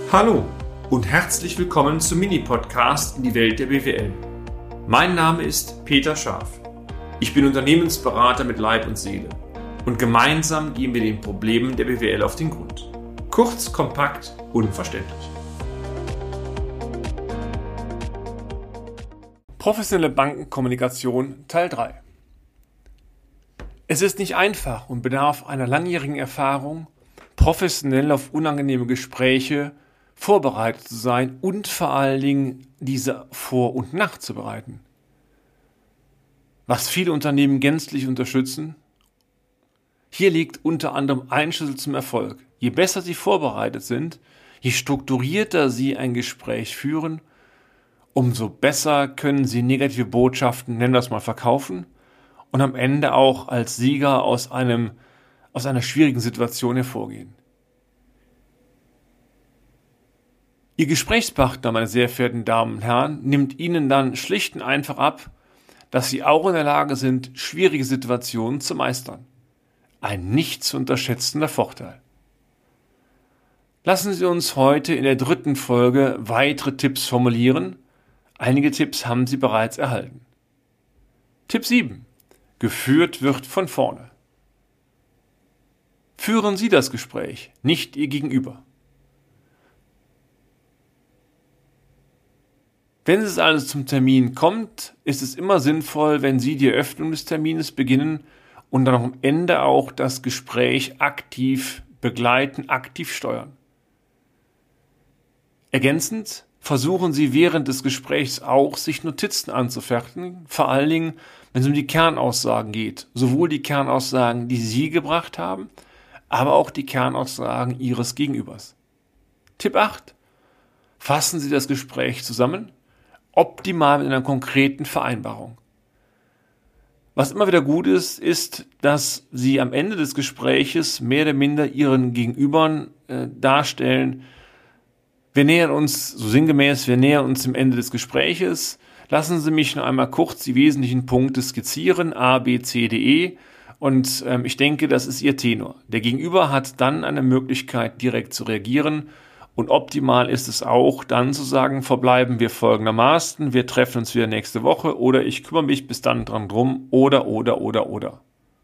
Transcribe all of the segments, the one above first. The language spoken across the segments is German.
Hallo und herzlich willkommen zum Mini-Podcast in die Welt der BWL. Mein Name ist Peter Scharf. Ich bin Unternehmensberater mit Leib und Seele und gemeinsam gehen wir den Problemen der BWL auf den Grund. Kurz, kompakt, unverständlich. Professionelle Bankenkommunikation Teil 3. Es ist nicht einfach und bedarf einer langjährigen Erfahrung, professionell auf unangenehme Gespräche vorbereitet zu sein und vor allen Dingen diese vor- und nachzubereiten. Was viele Unternehmen gänzlich unterstützen, hier liegt unter anderem ein Schlüssel zum Erfolg. Je besser sie vorbereitet sind, je strukturierter sie ein Gespräch führen, umso besser können sie negative Botschaften, nennen wir es mal, verkaufen und am Ende auch als Sieger aus einer schwierigen Situation hervorgehen. Ihr Gesprächspartner, meine sehr verehrten Damen und Herren, nimmt Ihnen dann schlicht und einfach ab, dass Sie auch in der Lage sind, schwierige Situationen zu meistern. Ein nicht zu unterschätzender Vorteil. Lassen Sie uns heute in der 3. Folge weitere Tipps formulieren. Einige Tipps haben Sie bereits erhalten. Tipp 7. Geführt wird von vorne. Führen Sie das Gespräch, nicht Ihr Gegenüber. Wenn es also zum Termin kommt, ist es immer sinnvoll, wenn Sie die Eröffnung des Termines beginnen und dann am Ende auch das Gespräch aktiv begleiten, aktiv steuern. Ergänzend versuchen Sie während des Gesprächs auch, sich Notizen anzufertigen, vor allen Dingen, wenn es um die Kernaussagen geht. Sowohl die Kernaussagen, die Sie gebracht haben, aber auch die Kernaussagen Ihres Gegenübers. Tipp 8. Fassen Sie das Gespräch zusammen, optimal mit einer konkreten Vereinbarung. Was immer wieder gut ist, ist, dass Sie am Ende des Gespräches mehr oder minder Ihren Gegenübern darstellen, wir nähern uns dem Ende des Gespräches. Lassen Sie mich noch einmal kurz die wesentlichen Punkte skizzieren, A, B, C, D, E. Und ich denke, das ist Ihr Tenor. Der Gegenüber hat dann eine Möglichkeit, direkt zu reagieren. Und optimal ist es auch, dann zu sagen, verbleiben wir folgendermaßen, wir treffen uns wieder nächste Woche oder ich kümmere mich bis dann drum oder.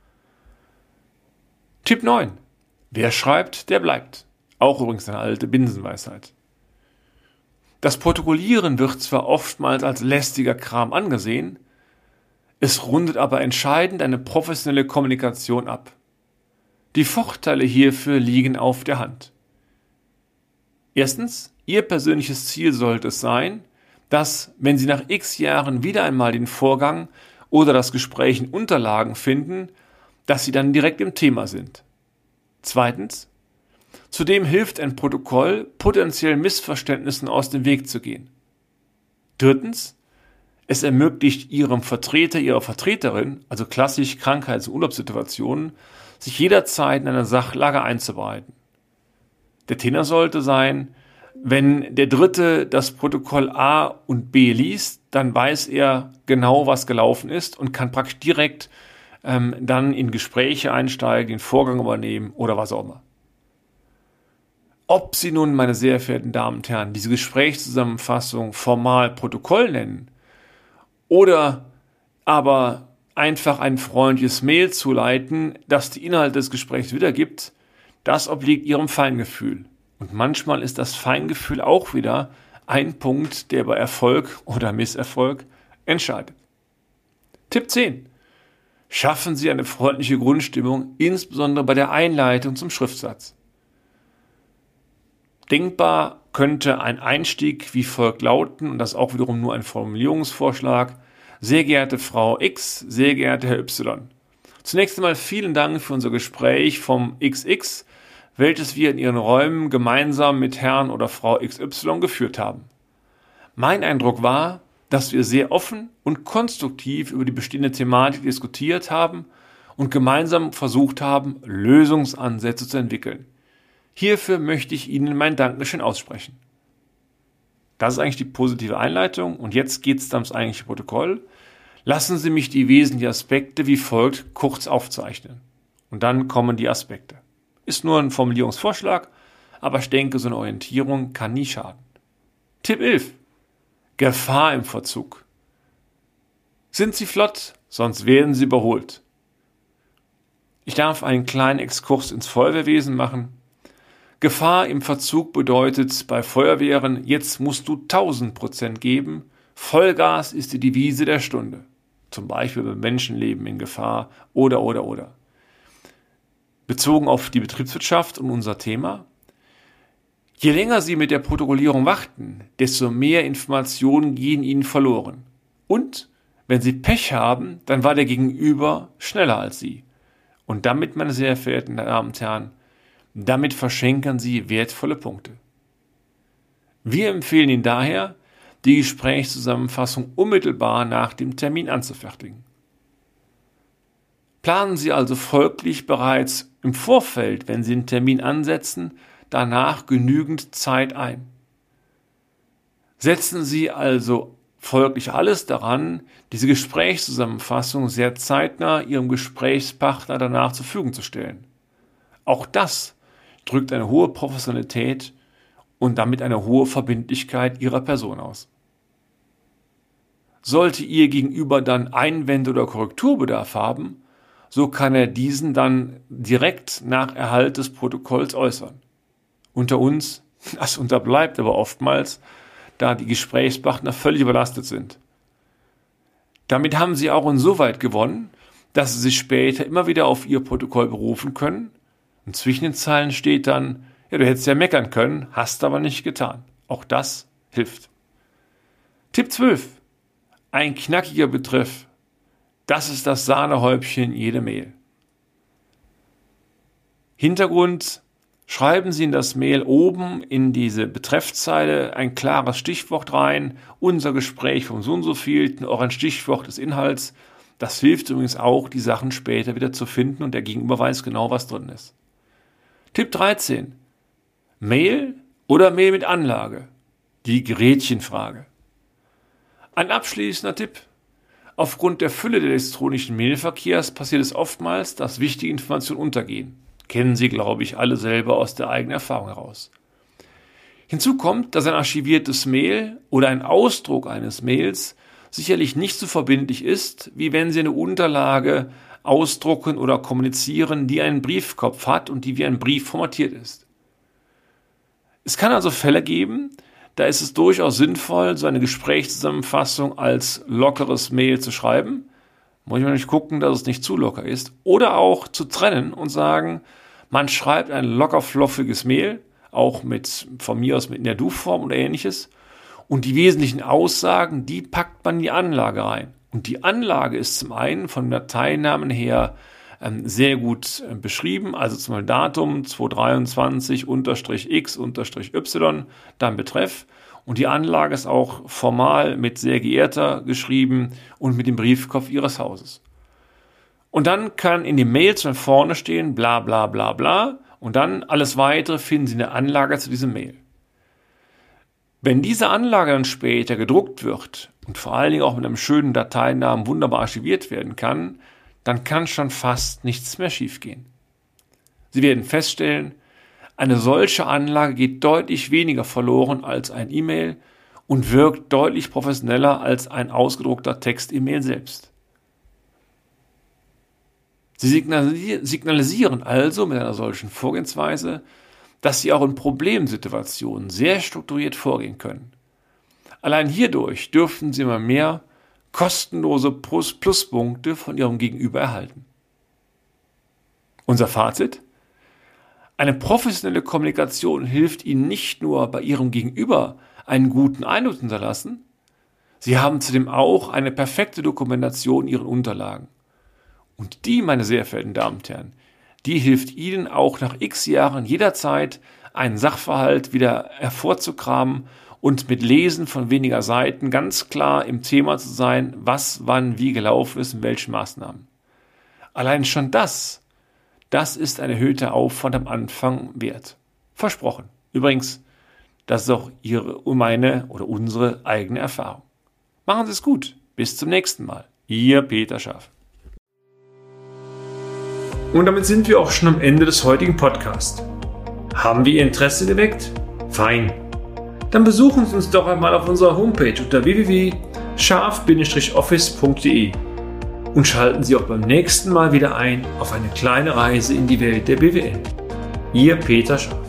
Tipp 9. Wer schreibt, der bleibt. Auch übrigens eine alte Binsenweisheit. Das Protokollieren wird zwar oftmals als lästiger Kram angesehen, es rundet aber entscheidend eine professionelle Kommunikation ab. Die Vorteile hierfür liegen auf der Hand. Erstens, Ihr persönliches Ziel sollte es sein, dass, wenn Sie nach x Jahren wieder einmal den Vorgang oder das Gespräch in Unterlagen finden, dass Sie dann direkt im Thema sind. Zweitens, zudem hilft ein Protokoll, potenziellen Missverständnissen aus dem Weg zu gehen. Drittens, es ermöglicht Ihrem Vertreter, Ihrer Vertreterin, also klassisch Krankheits- und Urlaubssituationen, sich jederzeit in eine Sachlage einzubereiten. Der Tenor sollte sein, wenn der Dritte das Protokoll A und B liest, dann weiß er genau, was gelaufen ist und kann praktisch direkt dann in Gespräche einsteigen, den Vorgang übernehmen oder was auch immer. Ob Sie nun, meine sehr verehrten Damen und Herren, diese Gesprächszusammenfassung formal Protokoll nennen oder aber einfach ein freundliches Mail zuleiten, das die Inhalte des Gesprächs wiedergibt, das obliegt Ihrem Feingefühl. Und manchmal ist das Feingefühl auch wieder ein Punkt, der bei Erfolg oder Misserfolg entscheidet. Tipp 10. Schaffen Sie eine freundliche Grundstimmung, insbesondere bei der Einleitung zum Schriftsatz. Denkbar könnte ein Einstieg wie folgt lauten, und das ist auch wiederum nur ein Formulierungsvorschlag: Sehr geehrte Frau X, sehr geehrter Herr Y. Zunächst einmal vielen Dank für unser Gespräch vom XX, welches wir in Ihren Räumen gemeinsam mit Herrn oder Frau XY geführt haben. Mein Eindruck war, dass wir sehr offen und konstruktiv über die bestehende Thematik diskutiert haben und gemeinsam versucht haben, Lösungsansätze zu entwickeln. Hierfür möchte ich Ihnen mein Dankeschön aussprechen. Das ist eigentlich die positive Einleitung und jetzt geht es dann ums eigentliche Protokoll. Lassen Sie mich die wesentlichen Aspekte wie folgt kurz aufzeichnen. Und dann kommen die Aspekte. Ist nur ein Formulierungsvorschlag, aber ich denke, so eine Orientierung kann nie schaden. Tipp 11. Gefahr im Verzug. Sind Sie flott, sonst werden Sie überholt. Ich darf einen kleinen Exkurs ins Feuerwehrwesen machen. Gefahr im Verzug bedeutet bei Feuerwehren, jetzt musst du 1000% geben. Vollgas ist die Devise der Stunde. Zum Beispiel beim Menschenleben in Gefahr oder. Bezogen auf die Betriebswirtschaft und unser Thema. Je länger Sie mit der Protokollierung warten, desto mehr Informationen gehen Ihnen verloren. Und wenn Sie Pech haben, dann war der Gegenüber schneller als Sie. Und damit, meine sehr verehrten Damen und Herren, damit verschenken Sie wertvolle Punkte. Wir empfehlen Ihnen daher, die Gesprächszusammenfassung unmittelbar nach dem Termin anzufertigen. Planen Sie also folglich bereits im Vorfeld, wenn Sie den Termin ansetzen, danach genügend Zeit ein. Setzen Sie also folglich alles daran, diese Gesprächszusammenfassung sehr zeitnah Ihrem Gesprächspartner danach zur Verfügung zu stellen. Auch das drückt eine hohe Professionalität und damit eine hohe Verbindlichkeit Ihrer Person aus. Sollte Ihr Gegenüber dann Einwände oder Korrekturbedarf haben, so kann er diesen dann direkt nach Erhalt des Protokolls äußern. Unter uns, das unterbleibt aber oftmals, da die Gesprächspartner völlig überlastet sind. Damit haben Sie auch insoweit gewonnen, dass Sie sich später immer wieder auf Ihr Protokoll berufen können. Und zwischen den Zeilen steht dann, ja, du hättest ja meckern können, hast aber nicht getan. Auch das hilft. Tipp 12. Ein knackiger Betreff. Das ist das Sahnehäubchen jeder Mail. Hintergrund: Schreiben Sie in das Mail oben in diese Betreffzeile ein klares Stichwort rein, unser Gespräch vom so und so vielten, auch ein Stichwort des Inhalts. Das hilft übrigens auch, die Sachen später wieder zu finden und der Gegenüber weiß genau, was drin ist. Tipp 13. Mail oder Mail mit Anlage? Die Gretchenfrage. Ein abschließender Tipp. Aufgrund der Fülle des elektronischen Mailverkehrs passiert es oftmals, dass wichtige Informationen untergehen. Kennen Sie, glaube ich, alle selber aus der eigenen Erfahrung heraus. Hinzu kommt, dass ein archiviertes Mail oder ein Ausdruck eines Mails sicherlich nicht so verbindlich ist, wie wenn Sie eine Unterlage ausdrucken oder kommunizieren, die einen Briefkopf hat und die wie ein Brief formatiert ist. Es kann also Fälle geben, da ist es durchaus sinnvoll, so eine Gesprächszusammenfassung als lockeres Mail zu schreiben. Muss ich natürlich gucken, dass es nicht zu locker ist. Oder auch zu trennen und sagen, man schreibt ein locker fluffiges Mail, auch von mir aus mit in der Du-Form oder ähnliches. Und die wesentlichen Aussagen, die packt man in die Anlage rein. Und die Anlage ist zum einen von Dateinamen her sehr gut beschrieben, also zum Beispiel Datum 223-X-Y, dann Betreff. Und die Anlage ist auch formal mit sehr geehrter geschrieben und mit dem Briefkopf Ihres Hauses. Und dann kann in den Mails von vorne stehen, bla bla bla bla, und dann alles weitere finden Sie in der Anlage zu diesem Mail. Wenn diese Anlage dann später gedruckt wird und vor allen Dingen auch mit einem schönen Dateinamen wunderbar archiviert werden kann, dann kann schon fast nichts mehr schiefgehen. Sie werden feststellen, eine solche Anlage geht deutlich weniger verloren als ein E-Mail und wirkt deutlich professioneller als ein ausgedruckter Text-E-Mail selbst. Sie signalisieren also mit einer solchen Vorgehensweise, dass Sie auch in Problemsituationen sehr strukturiert vorgehen können. Allein hierdurch dürften Sie immer mehr kostenlose Pluspunkte von Ihrem Gegenüber erhalten. Unser Fazit: Eine professionelle Kommunikation hilft Ihnen nicht nur bei Ihrem Gegenüber einen guten Eindruck zu hinterlassen, Sie haben zudem auch eine perfekte Dokumentation Ihrer Unterlagen. Und die, meine sehr verehrten Damen und Herren, die hilft Ihnen auch nach x Jahren jederzeit, einen Sachverhalt wieder hervorzukramen und mit Lesen von weniger Seiten ganz klar im Thema zu sein, was, wann, wie gelaufen ist und welche Maßnahmen. Allein schon das ist ein erhöhter Aufwand am Anfang wert. Versprochen. Übrigens, das ist auch meine oder unsere eigene Erfahrung. Machen Sie es gut. Bis zum nächsten Mal. Ihr Peter Schaaf. Und damit sind wir auch schon am Ende des heutigen Podcasts. Haben wir Ihr Interesse geweckt? Fein. Dann besuchen Sie uns doch einmal auf unserer Homepage unter www.scharf-office.de und schalten Sie auch beim nächsten Mal wieder ein auf eine kleine Reise in die Welt der BWL. Ihr Peter Scharf.